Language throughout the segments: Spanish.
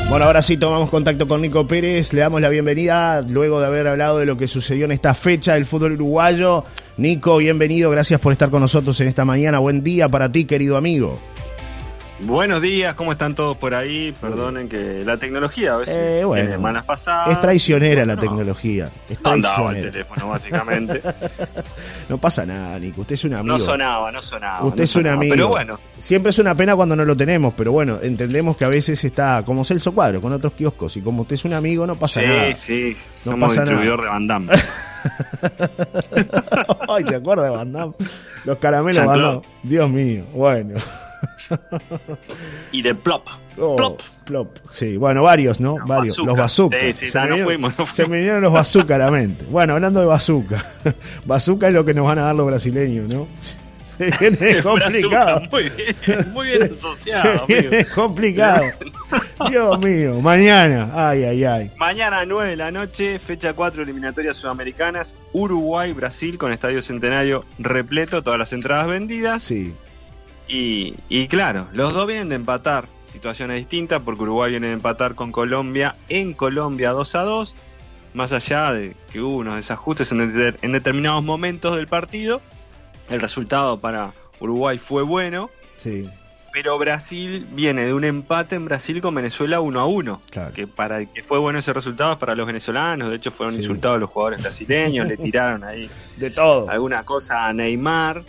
Bueno, ahora sí tomamos contacto con Nico Pérez, le damos la bienvenida luego de haber hablado de lo que sucedió en esta fecha del fútbol uruguayo. Nico, bienvenido, gracias por estar con nosotros en esta mañana. Buen día para ti, querido amigo. Buenos días, ¿cómo están todos por ahí? Perdonen que la tecnología a veces tiene malas pasadas. Es traicionera la tecnología. Es traicionera. No andaba el teléfono, básicamente. No pasa nada, Nico, usted es un amigo. No sonaba. Usted es un amigo. Pero bueno. Siempre es una pena cuando no lo tenemos, pero bueno, entendemos que a veces está como Celso Cuadro, con otros kioscos, y como usted es un amigo, no pasa nada. Sí, no somos pasa distribuidor nada. de Van Damme. Ay, ¿se acuerda de Van Damme? Los caramelos Van Damme. Dios mío, bueno. Y de Plop. Plop. Sí, bueno, varios, ¿no? Varios. Bazooka. Los bazooka. Sí, no fuimos. Se me vinieron los bazooka a la mente. Bueno, hablando de bazooka. Bazooka es lo que nos van a dar los brasileños, ¿no? Se viene complicado. Muy bien asociado, amigo. Es complicado. Dios mío. Mañana. Ay. Mañana 9 de la noche, fecha 4, eliminatorias sudamericanas. Uruguay-Brasil con Estadio Centenario repleto, todas las entradas vendidas. Sí. Y claro, los dos vienen de empatar, situaciones distintas, porque Uruguay viene de empatar con Colombia en Colombia 2-2, más allá de que hubo unos desajustes en determinados momentos del partido, el resultado para Uruguay fue bueno, sí. Pero Brasil viene de un empate en Brasil con Venezuela 1-1, claro. Que para el que fue bueno ese resultado es para los venezolanos, de hecho fueron insultados los jugadores brasileños, le tiraron ahí de todo, alguna cosa a Neymar,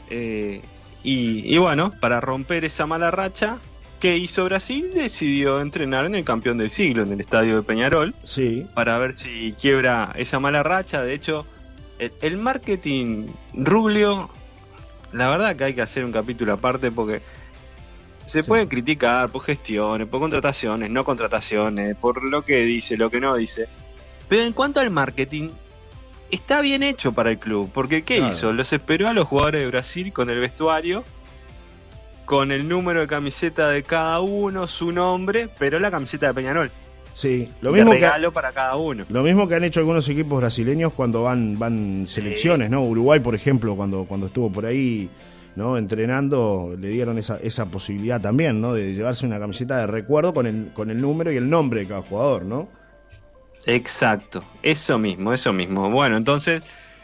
y bueno, para romper esa mala racha, ¿qué hizo Brasil? Decidió entrenar en el campeón del siglo, en el estadio de Peñarol, para ver si quiebra esa mala racha. De hecho, el marketing Ruglio, la verdad que hay que hacer un capítulo aparte, porque se puede criticar por gestiones, por contrataciones, no contrataciones, por lo que dice, lo que no dice, pero en cuanto al marketing, está bien hecho para el club, porque ¿qué hizo? Los esperó a los jugadores de Brasil con el vestuario, con el número de camiseta de cada uno, su nombre, pero la camiseta de Peñarol. Sí, lo mismo regalo para cada uno. Lo mismo que han hecho algunos equipos brasileños cuando van selecciones, ¿no? Uruguay, por ejemplo, cuando estuvo por ahí, ¿no? Entrenando, le dieron esa posibilidad también, ¿no? De llevarse una camiseta de recuerdo con el número y el nombre de cada jugador, ¿no? Exacto, eso mismo. Bueno, entonces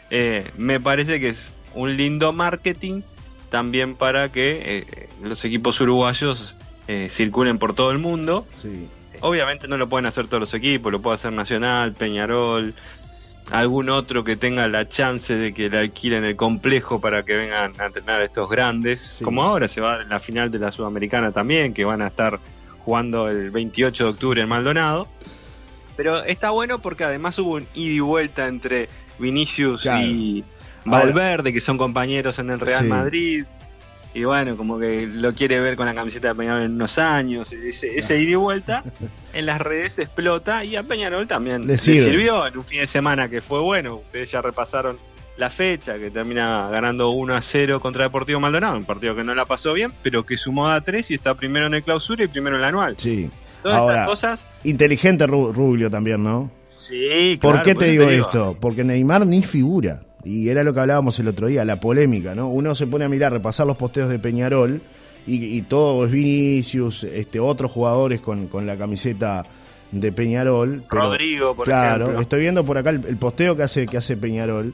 me parece que es un lindo marketing también para que los equipos uruguayos circulen por todo el mundo. Sí. Obviamente no lo pueden hacer todos los equipos, lo puede hacer Nacional, Peñarol, algún otro que tenga la chance de que le alquilen el complejo para que vengan a entrenar a estos grandes, como ahora se va en la final de la Sudamericana también, que van a estar jugando el 28 de octubre en Maldonado. Pero está bueno porque además hubo un ida y vuelta entre Vinicius y Valverde, que son compañeros en el Real Madrid. Y bueno, como que lo quiere ver con la camiseta de Peñarol en unos años. Ese ida y vuelta en las redes explota, y a Peñarol también le sirvió en un fin de semana que fue bueno. Ustedes ya repasaron la fecha, que termina ganando 1-0 contra Deportivo Maldonado, un partido que no la pasó bien, pero que sumó a 3 y está primero en el clausura y primero en el anual. Sí. Todas Ahora, estas cosas. Inteligente Ruglio también, ¿no? Sí, claro. ¿Por qué te digo esto? Porque Neymar ni figura. Y era lo que hablábamos el otro día, la polémica, ¿no? Uno se pone a mirar, repasar los posteos de Peñarol y todo es Vinicius, otros jugadores con la camiseta de Peñarol. Pero, Rodrigo, por ejemplo. Claro, estoy viendo por acá el posteo que hace Peñarol.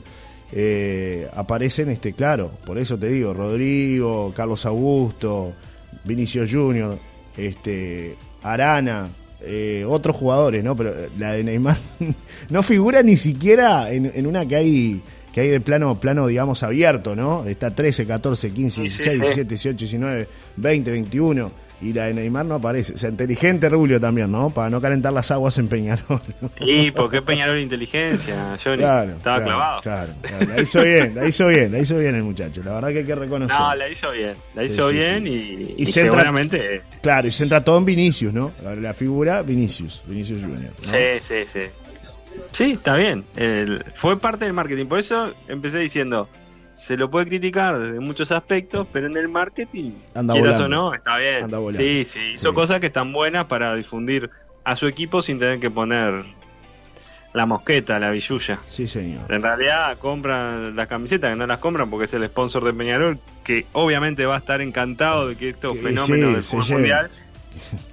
Aparecen, claro, por eso te digo, Rodrigo, Carlos Augusto, Vinicius Junior, Arana, otros jugadores, ¿no? Pero la de Neymar no figura ni siquiera en una que hay de plano, digamos, abierto, ¿no? Está 13, 14, 15, 16, 17, 18, 19, 20, 21, y la de Neymar no aparece. O sea, inteligente Rubio también, ¿no? Para no calentar las aguas en Peñarol, ¿no? Sí, porque Peñarol inteligencia, Johnny. Estaba clavado. Claro. La hizo bien el muchacho. La verdad que hay que reconocer. No, la hizo bien, y seguramente. Claro, y se entra todo en Vinicius, ¿no? La figura Vinicius Junior, ¿no? Sí. Sí, está bien. Fue parte del marketing. Por eso empecé diciendo, se lo puede criticar desde muchos aspectos, pero en el marketing, quieras o no, está bien. Sí, hizo cosas que están buenas para difundir a su equipo sin tener que poner la mosqueta, la billulla. Sí, señor. En realidad compran las camisetas, que no las compran porque es el sponsor de Peñarol, que obviamente va a estar encantado de que estos fenómenos del fútbol mundial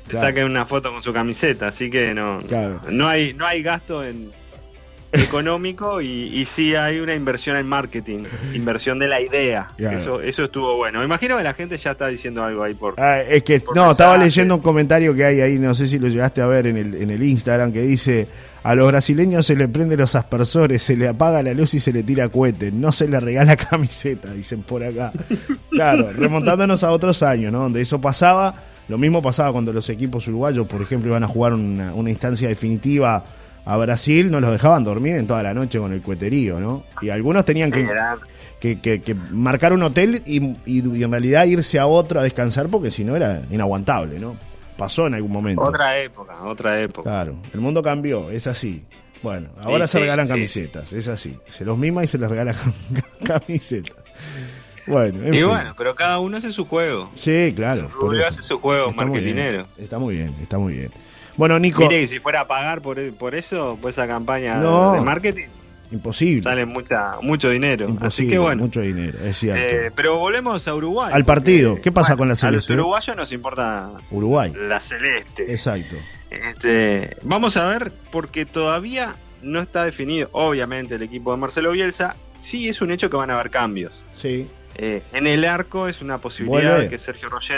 saquen una foto con su camiseta, así que no hay gasto económico y sí hay una inversión en marketing, inversión de la idea. Claro. Eso estuvo bueno. Me imagino que la gente ya está diciendo algo ahí es que estaba leyendo un comentario que hay ahí, no sé si lo llegaste a ver en el Instagram, que dice: a los brasileños se le prenden los aspersores, se le apaga la luz y se le tira cohete, no se le regala camiseta, dicen por acá. Claro, remontándonos a otros años, ¿no? Donde eso pasaba. Lo mismo pasaba cuando los equipos uruguayos, por ejemplo, iban a jugar una instancia definitiva a Brasil, no los dejaban dormir en toda la noche con el cueterío, ¿no? Y algunos tenían que marcar un hotel y en realidad irse a otro a descansar, porque si no era inaguantable, ¿no? Pasó en algún momento. Otra época. Claro, el mundo cambió, es así. Bueno, ahora se regalan camisetas, es así. Se los mima y se les regala camisetas. Bueno, bueno, pero cada uno hace su juego. Sí, claro. Rubio hace su juego marketinero. Está muy bien. Bueno, Nico. Mire que si fuera a pagar por eso, por esa campaña de marketing, imposible. Sale mucho dinero. Imposible, así que bueno. Mucho dinero, es cierto. Pero volvemos a Uruguay. Al partido. ¿Qué pasa con la celeste? A los uruguayos nos importa Uruguay. La celeste. Exacto. Vamos a ver, porque todavía no está definido, obviamente, el equipo de Marcelo Bielsa. Sí, es un hecho que van a haber cambios. Sí. En el arco es una posibilidad de que Sergio Roget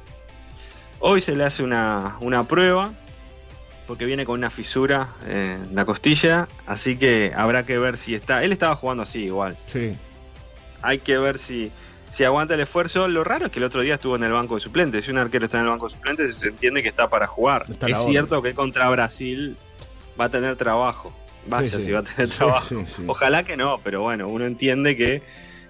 hoy se le hace una prueba, porque viene con una fisura en la costilla, así que habrá que ver si está. Él estaba jugando así igual. Sí. Hay que ver si aguanta el esfuerzo. Lo raro es que el otro día estuvo en el banco de suplentes. Si un arquero está en el banco de suplentes, se entiende que está para jugar. Es cierto que contra Brasil va a tener trabajo. Vaya, si va a tener trabajo. Sí. Ojalá que no, pero bueno, uno entiende que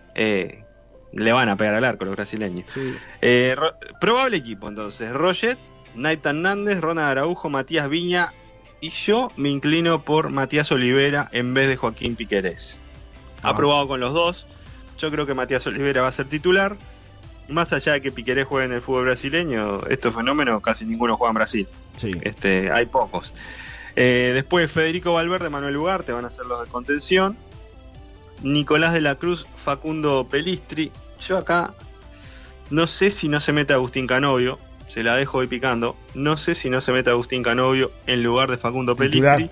le van a pegar al arco los brasileños. Sí. Probable equipo, entonces: Roget, Nathan Nández, Ronald Araujo, Matías Viña, y yo me inclino por Matías Olivera en vez de Joaquín Piquerés. Ha probado con los dos. Yo creo que Matías Olivera va a ser titular. Más allá de que Piquerés juegue en el fútbol brasileño, estos fenómenos casi ninguno juega en Brasil. Sí. Hay pocos. Después Federico Valverde, Manuel Ugarte van a ser los de contención. Nicolás de la Cruz, Facundo Pelistri. Yo acá no sé si no se mete Agustín Canovio. Se la dejo ahí picando. No sé si no se mete Agustín Canovio en lugar de Facundo Pelistri.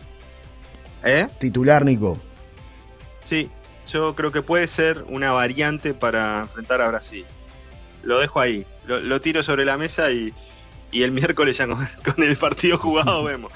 Titular, Nico. Sí, yo creo que puede ser una variante para enfrentar a Brasil. Lo dejo ahí. Lo tiro sobre la mesa y el miércoles ya con el partido jugado vemos.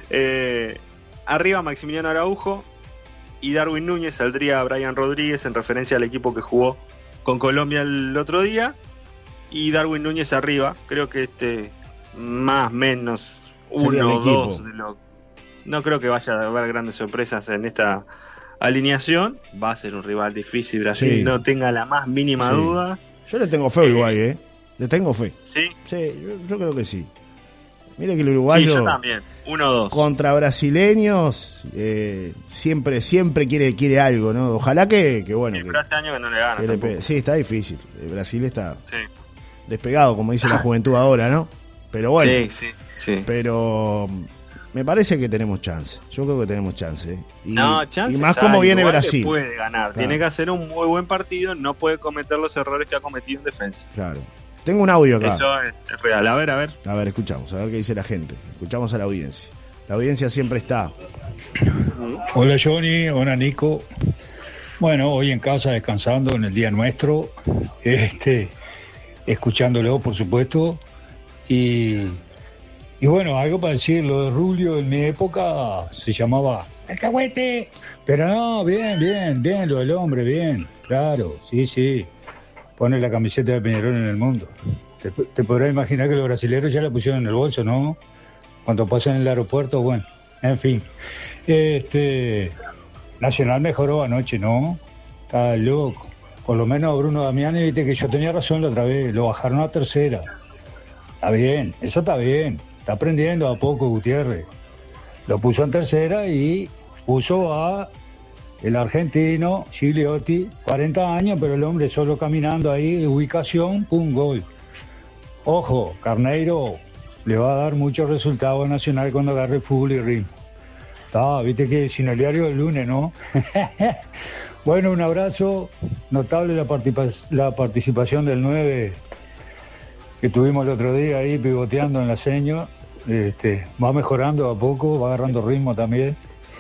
Arriba Maximiliano Araujo y Darwin Núñez. Saldría Brian Rodríguez en referencia al equipo que jugó con Colombia el otro día. Y Darwin Núñez arriba. Creo que más o menos uno o dos no creo que vaya a haber grandes sorpresas en esta alineación. Va a ser un rival difícil. Brasil, no tenga la más mínima duda. Yo le tengo fe a Uruguay, Le tengo fe. ¿Sí? Sí, yo creo que sí. Mire que el uruguayo... Sí, yo también. 1-2. Contra brasileños siempre quiere algo, ¿no? Ojalá que bueno... Pero hace años que no le gana. Sí, está difícil. Brasil está despegado, como dice la juventud ahora, ¿no? Pero bueno. Sí. Pero me parece que tenemos chance. Yo creo que tenemos chance. Y chance. Y más como viene Brasil. Puede ganar. Claro. Tiene que hacer un muy buen partido. No puede cometer los errores que ha cometido en defensa. Claro. Tengo un audio acá. Eso es real. A ver. A ver, escuchamos. A ver qué dice la gente. Escuchamos a la audiencia. La audiencia siempre está. Hola, Johnny. Hola, Nico. Bueno, hoy en casa descansando en el día nuestro. Escuchándolo, por supuesto. Y bueno, algo para decir. Lo de Rubio en mi época se llamaba el Cahuete. Pero no, bien, lo del hombre, bien. Claro, sí. Pone la camiseta de Peñarol en el mundo. Te podrás imaginar que los brasileños ya la pusieron en el bolso, ¿no? Cuando pasan en el aeropuerto, bueno, en fin. Nacional mejoró anoche, ¿no? Está loco. Por lo menos Bruno Damiani, viste que yo tenía razón la otra vez, lo bajaron a tercera. Está bien, eso está bien. Está aprendiendo a poco Gutiérrez. Lo puso en tercera y puso a el argentino Gigliotti, 40 años, pero el hombre solo caminando ahí, ubicación, pum, gol. Ojo, Carneiro le va a dar muchos resultados a Nacional cuando agarre fútbol y ritmo. Viste que sin el diario del lunes, ¿no? Bueno, un abrazo. Notable la participación del 9 que tuvimos el otro día ahí pivoteando en la seño, va mejorando a poco, va agarrando ritmo también.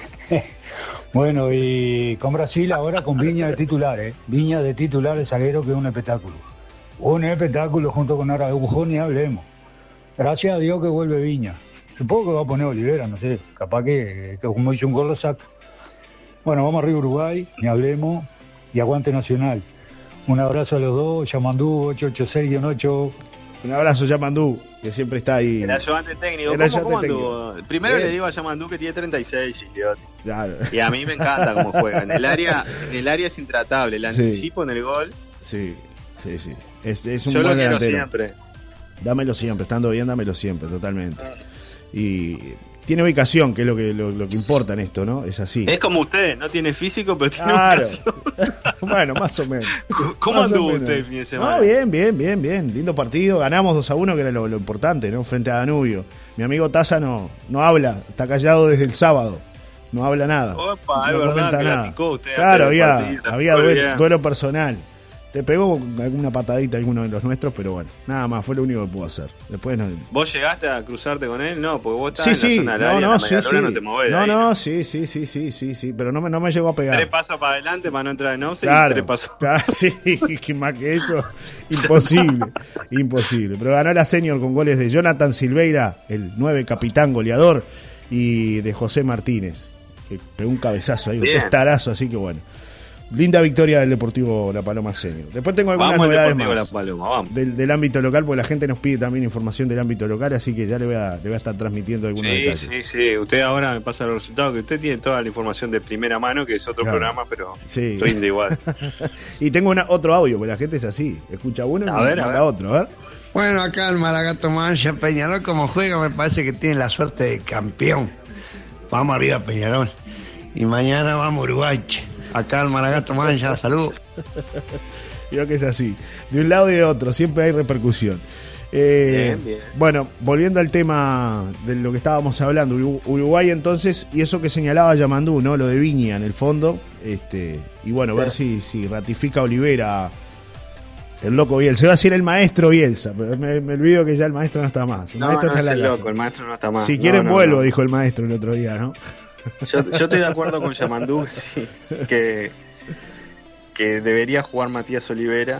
Bueno, y con Brasil ahora con Viña de titular, Viña de titular, el zaguero, que es un espectáculo. Un espectáculo junto con Araujo, ni hablemos. Gracias a Dios que vuelve Viña. Supongo que va a poner Olivera, no sé, capaz que como hizo un gol lo saca. Bueno, vamos arriba Uruguay, ni hablemos, y aguante Nacional. Un abrazo a los dos, Yamandú 886-8. Un abrazo, Yamandú, que siempre está ahí. El ayudante técnico. ¿Cómo anduvo? Primero le digo a Yamandú que tiene 36, Gigliotti. Claro. Y a mí me encanta cómo juega. En el área es intratable, el anticipo en el gol. Sí. Es un Yo buen lo quiero delantero. siempre. Dámelo siempre, estando bien, dámelo siempre, totalmente. Y tiene ubicación, que es lo que importa en esto, ¿no? Es así. Es como usted, no tiene físico, pero tiene ubicación. Bueno, más o menos. ¿Cómo anduvo usted el fin de semana? No, bien. Lindo partido. Ganamos 2-1, que era lo importante, ¿no? Frente a Danubio. Mi amigo Taza no habla, está callado desde el sábado. No habla nada. Opa, no es verdad que nada. la picó usted. Claro, había duelo personal. Le pegó alguna patadita a alguno de los nuestros, pero bueno, nada más, fue lo único que pudo hacer. Después no. ¿Vos llegaste a cruzarte con él? No, porque vos estabas en la zona del área, no te movés. Sí, pero no me llegó a pegar. 3 pasos para adelante para no entrar en offside, claro, y 3 pasos. Claro, sí, que más que eso, imposible. Pero ganó la senior con goles de Jonathan Silveira, el 9 capitán goleador, y de José Martínez, que pegó un cabezazo ahí, un testarazo, así que bueno. Linda victoria del Deportivo La Paloma Senior. Después tengo algunas novedades más La Paloma, vamos. Del ámbito local, porque la gente nos pide también información del ámbito local, así que ya le voy a estar transmitiendo algunos detalles. Sí. Usted ahora me pasa los resultados, que usted tiene toda la información de primera mano, que es otro programa, pero rinde igual. Y tengo otro audio, porque la gente es así. Escucha uno y manda otro, a ver. Bueno, acá el Maragato Mancha, Peñarol, como juega, me parece que tiene la suerte de campeón. Vamos arriba, Peñarol. Y mañana vamos a Uruguay. Acá el Maragato Mancha, salud. Creo que es así. De un lado y de otro, siempre hay repercusión. Bien. Bueno, volviendo al tema de lo que estábamos hablando, Uruguay entonces, y eso que señalaba Yamandú, ¿no? Lo de Viña en el fondo. Y bueno, ver si ratifica Olivera. El loco Bielsa. Se va a decir el maestro Bielsa, pero me olvido que ya el maestro no está más. El maestro está en la casa. El maestro no está más. Si quieren vuelvo, dijo el maestro el otro día, ¿no? Yo estoy de acuerdo con Yamandú, sí, que debería jugar Matías Olivera,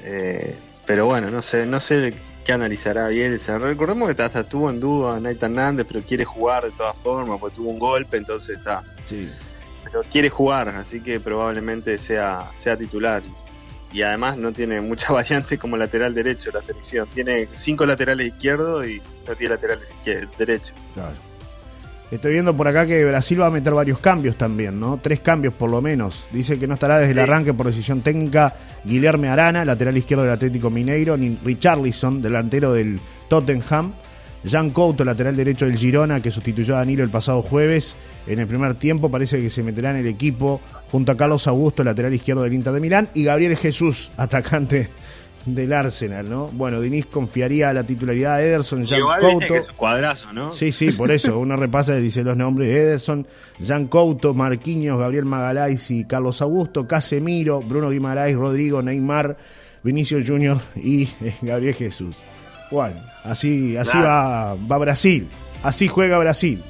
pero bueno, no sé qué analizará Bielsa. Recordemos que hasta tuvo en duda a Nathan Hernández, pero quiere jugar de todas formas, porque tuvo un golpe, entonces está. Sí. Pero quiere jugar, así que probablemente sea titular. Y además no tiene mucha variante como lateral derecho la selección. Tiene 5 laterales izquierdos y no tiene laterales derecho. Claro. Estoy viendo por acá que Brasil va a meter varios cambios también, ¿no? 3 cambios por lo menos. Dice que no estará desde el arranque por decisión técnica Guilherme Arana, lateral izquierdo del Atlético Mineiro, ni Richarlison, delantero del Tottenham, Jan Couto, lateral derecho del Girona, que sustituyó a Danilo el pasado jueves. En el primer tiempo parece que se meterá en el equipo junto a Carlos Augusto, lateral izquierdo del Inter de Milán, y Gabriel Jesús, atacante del Arsenal, ¿no? Bueno, Diniz confiaría la titularidad a Ederson, Jan Couto. Que es un cuadrazo, ¿no? Sí, por eso, uno repasa y dice los nombres: Ederson, Jan Couto, Marquinhos, Gabriel Magalhães y Carlos Augusto, Casemiro, Bruno Guimaraes, Rodrigo, Neymar, Vinicius Junior y Gabriel Jesús. Bueno, así va Brasil, así juega Brasil.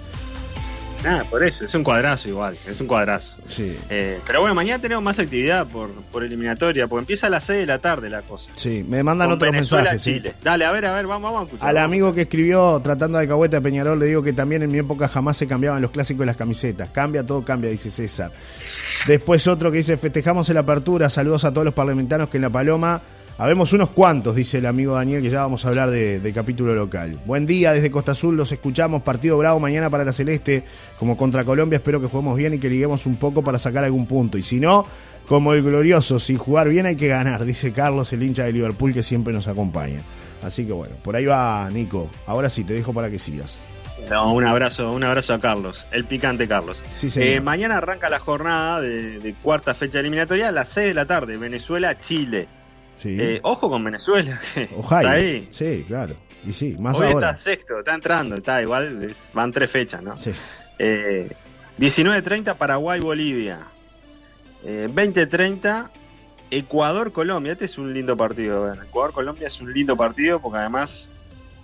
Por eso, es un cuadrazo igual, es un cuadrazo. Sí. Pero bueno, mañana tenemos más actividad por eliminatoria, porque empieza a las 6 de la tarde la cosa. Sí, me mandan con otros Venezuela, mensajes. Chile. Sí. Dale, a ver, vamos a escuchar. Al amigo que escribió tratando de alcahueta de Peñarol, le digo que también en mi época jamás se cambiaban los clásicos y las camisetas. Todo cambia, dice César. Después otro que dice: festejamos en la apertura, saludos a todos los parlamentarios que en La Paloma habemos unos cuantos, dice el amigo Daniel, que ya vamos a hablar de capítulo local. Buen día desde Costa Azul, los escuchamos. Partido bravo mañana para la Celeste, como contra Colombia. Espero que juguemos bien y que liguemos un poco para sacar algún punto. Y si no, como el glorioso, si jugar bien hay que ganar, dice Carlos, el hincha de Liverpool que siempre nos acompaña. Así que bueno, por ahí va Nico. Ahora sí, te dejo para que sigas. No, un abrazo a Carlos, el picante Carlos. Sí, mañana arranca la jornada de cuarta fecha eliminatoria a las 6 de la tarde, Venezuela-Chile. Sí. Ojo con Venezuela, Ohio. Está ahí. Sí, claro. Y sí, más hoy ahora. Está sexto, está entrando, está igual, van 3 fechas, ¿no? Sí. 19:30 Paraguay-Bolivia. 20:30 Ecuador-Colombia. Este es un lindo partido. Bueno, Ecuador-Colombia es un lindo partido porque además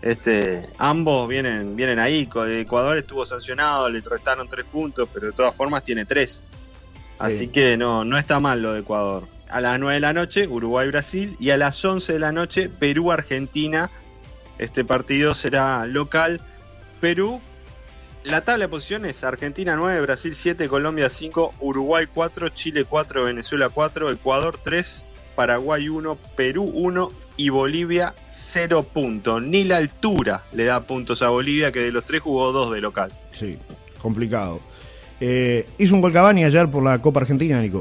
ambos vienen ahí. Ecuador estuvo sancionado, le restaron 3 puntos, pero de todas formas tiene 3. Así que no está mal lo de Ecuador. A las 9 de la noche, Uruguay-Brasil, y a las 11 de la noche, Perú-Argentina. Este partido será local. Perú, la tabla de posiciones: Argentina 9, Brasil 7, Colombia 5, Uruguay 4, Chile 4, Venezuela 4, Ecuador 3, Paraguay 1, Perú 1 y Bolivia 0 puntos. Ni la altura le da puntos a Bolivia, que de los 3 jugó 2 de local. Sí, complicado. Hizo un gol Cavani ayer por la Copa Argentina, Nico.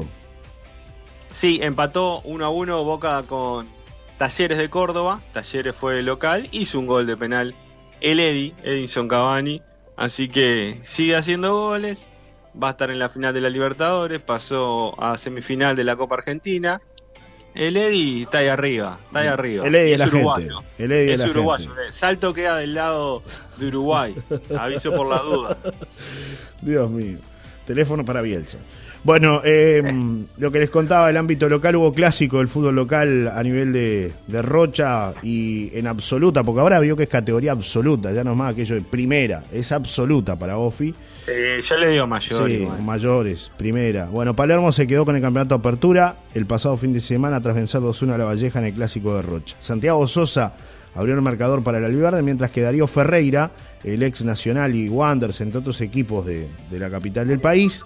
Sí, empató 1-1 Boca con Talleres de Córdoba. Talleres fue local, hizo un gol de penal el Edinson Cavani. Así que sigue haciendo goles, va a estar en la final de la Libertadores, pasó a semifinal de la Copa Argentina. El Edi está ahí arriba, El Edi es la uruguayo. Gente. El Edi es la uruguayo. Gente. Salto queda del lado de Uruguay, aviso por la duda. Dios mío, teléfono para Bielsa. Bueno, lo que les contaba, el ámbito local, hubo clásico del fútbol local a nivel de Rocha y en absoluta, porque ahora vio que es categoría absoluta, ya no es más aquello de primera, es absoluta para Ofi. Sí, yo le digo mayor. Sí, mayores, primera. Bueno, Palermo se quedó con el campeonato de apertura el pasado fin de semana tras vencer 2-1 a La Valleja en el clásico de Rocha. Santiago Sosa abrió el marcador para el Albiverde, mientras que Darío Ferreira, el ex Nacional y Wanderers, entre otros equipos de la capital del país,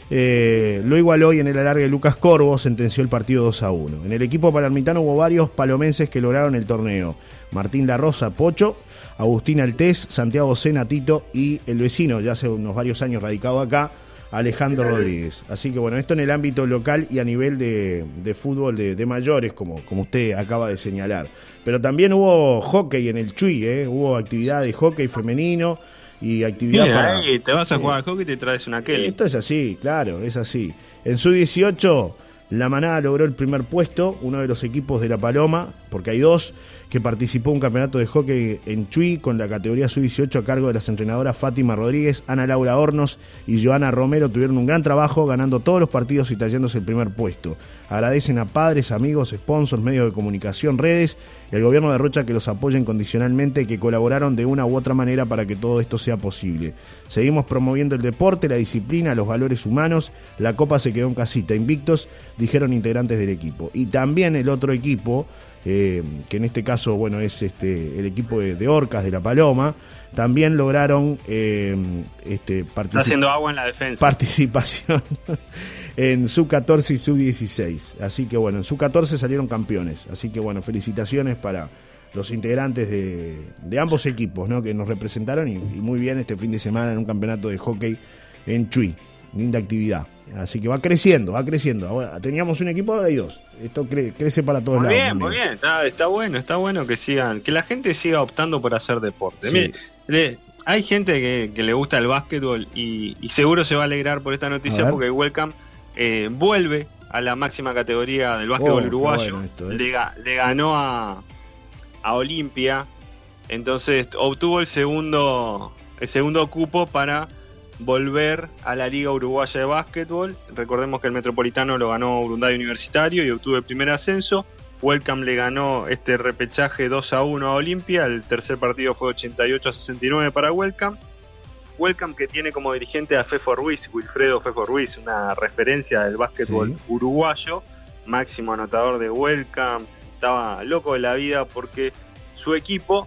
lo igualó, y en el alargue Lucas Corvo sentenció el partido 2-1. En el equipo palermitano hubo varios palomenses que lograron el torneo: Martín La Rosa, Pocho, Agustín Altés, Santiago Sena, Tito, y el vecino, ya hace unos varios años radicado acá, Alejandro Rodríguez. Así que bueno, esto en el ámbito local y a nivel de fútbol de mayores, como usted acaba de señalar. Pero también hubo hockey en el Chuy, hubo actividad de hockey femenino y actividad para... te vas a jugar al hockey y te traes una Kelly. Esto es así, claro, es así. En su 18, la Manada logró el primer puesto, uno de los equipos de La Paloma, porque hay 2, que participó en un campeonato de hockey en Chuy con la categoría sub-18 a cargo de las entrenadoras Fátima Rodríguez, Ana Laura Hornos y Joana Romero. Tuvieron un gran trabajo, ganando todos los partidos y trayéndose el primer puesto. Agradecen a padres, amigos, sponsors, medios de comunicación, redes y al gobierno de Rocha que los apoyen condicionalmente y que colaboraron de una u otra manera para que todo esto sea posible. Seguimos promoviendo el deporte, la disciplina, los valores humanos. La Copa se quedó en casita, invictos, dijeron integrantes del equipo. Y también el otro equipo, que en este caso, bueno, es el equipo de Orcas de La Paloma, también lograron está haciendo agua en la defensa. Participación en sub-14 y sub-16. Así que bueno, en sub-14 salieron campeones. Así que bueno, felicitaciones para los integrantes de ambos equipos, ¿no?, que nos representaron y muy bien este fin de semana en un campeonato de hockey en Chuy. Linda actividad. Así que va creciendo. Ahora teníamos un equipo, ahora hay 2. Esto crece para todos lados. Muy bien. Está bueno que sigan, que la gente siga optando por hacer deporte. Sí. Mire, hay gente que le gusta el básquetbol y seguro se va a alegrar por esta noticia, porque Welcome vuelve a la máxima categoría del básquetbol uruguayo. Bueno esto, le ganó a Olimpia, entonces obtuvo el segundo cupo para volver a la Liga Uruguaya de Básquetbol. Recordemos que el Metropolitano lo ganó Urunday Universitario y obtuvo el primer ascenso. Welcome le ganó este repechaje 2-1 a Olimpia. El tercer partido fue 88-69 para Welcome. Welcome, que tiene como dirigente a Fefo Ruiz, Wilfredo Fefo Ruiz, una referencia del básquetbol uruguayo, máximo anotador de Welcome. Estaba loco de la vida porque su equipo,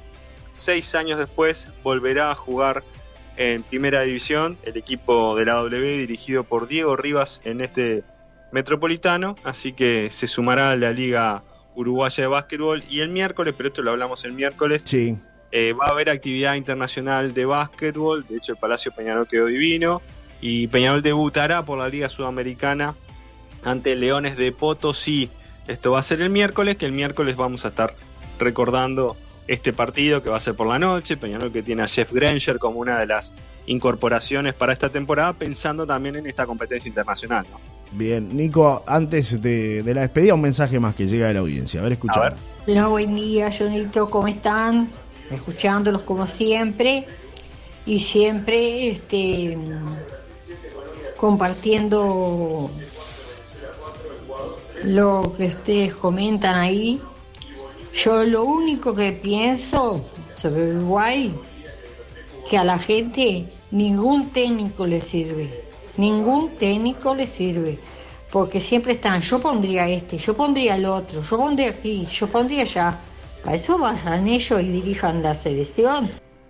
6 años después, volverá a jugar en primera división, el equipo de la W dirigido por Diego Rivas en este Metropolitano, así que se sumará a la Liga Uruguaya de Básquetbol. Y el miércoles, pero esto lo hablamos el miércoles, va a haber actividad internacional de básquetbol. De hecho, el Palacio Peñarol quedó divino y Peñarol debutará por la Liga Sudamericana ante Leones de Potosí. Esto va a ser el miércoles, que el miércoles vamos a estar recordando este partido que va a ser por la noche. Peñarol, que tiene a Jeff Granger como una de las incorporaciones para esta temporada, pensando también en esta competencia internacional, ¿no? Bien, Nico, antes de la despedida, un mensaje más que llega de la audiencia. A ver, escuchamos. Hola, buen día, Jonito, ¿cómo están? Escuchándolos como siempre y siempre compartiendo lo que ustedes comentan ahí. Yo lo único que pienso sobre Uruguay, que a la gente ningún técnico le sirve, porque siempre están, yo pondría yo pondría el otro, yo pondría aquí, yo pondría allá. Para eso vayan ellos y dirijan la selección.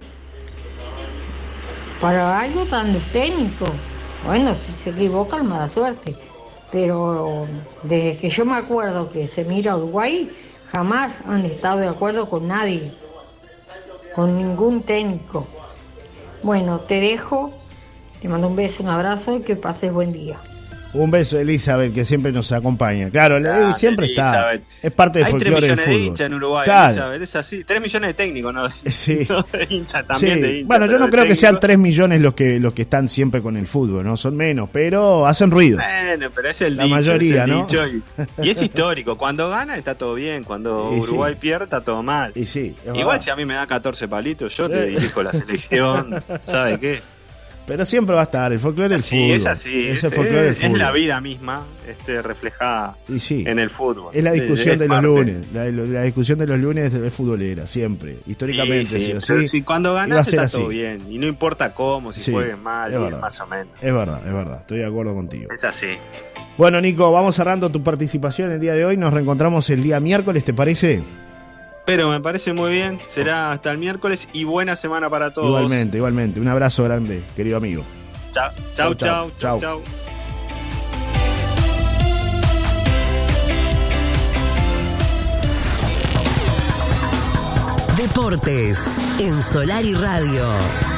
Para algo tan técnico. Bueno, si se equivocan, mala suerte. Pero desde que yo me acuerdo que se mira a Uruguay, jamás han estado de acuerdo con nadie, con ningún técnico. Bueno, te dejo, te mando un beso, un abrazo y que pases buen día. Un beso, Elizabeth, que siempre nos acompaña. Claro, siempre Elizabeth. Está. Es parte del folclore del fútbol. 3 millones de hinchas en Uruguay, claro. Elizabeth, es así. 3 millones de técnicos, ¿no? Sí. No de hinchas, también sí. de hinchas. Bueno, yo no creo que técnicos. sean 3 millones los que están siempre con el fútbol, ¿no? Son menos, pero hacen ruido. Bueno, pero es el La dicho, mayoría, es el ¿no? dicho y es histórico. Cuando gana está todo bien, cuando Y Uruguay sí. pierde está todo mal. Y sí, es Igual verdad. si a mí me da 14 palitos, yo te dirijo la selección, ¿sabe qué? Pero siempre va a estar el folclore del Sí, fútbol. es así, Es el folclore del fútbol. es la vida misma reflejada Y sí. en el fútbol. Es la discusión de los parte. lunes. La discusión de los lunes es futbolera, siempre. Históricamente, Sí, sí o pero sí. si cuando iba a ganas ser está todo así. bien. Y no importa cómo, si Sí, jueguen mal, es bien, verdad. más o menos. Es verdad. Estoy de acuerdo contigo. Es así. Bueno, Nico, vamos cerrando tu participación el día de hoy. Nos reencontramos el día miércoles, ¿te parece? Pero me parece muy bien. Será hasta el miércoles y buena semana para todos. Igualmente. Un abrazo grande, querido amigo. Chau. Deportes en Solar y Radio.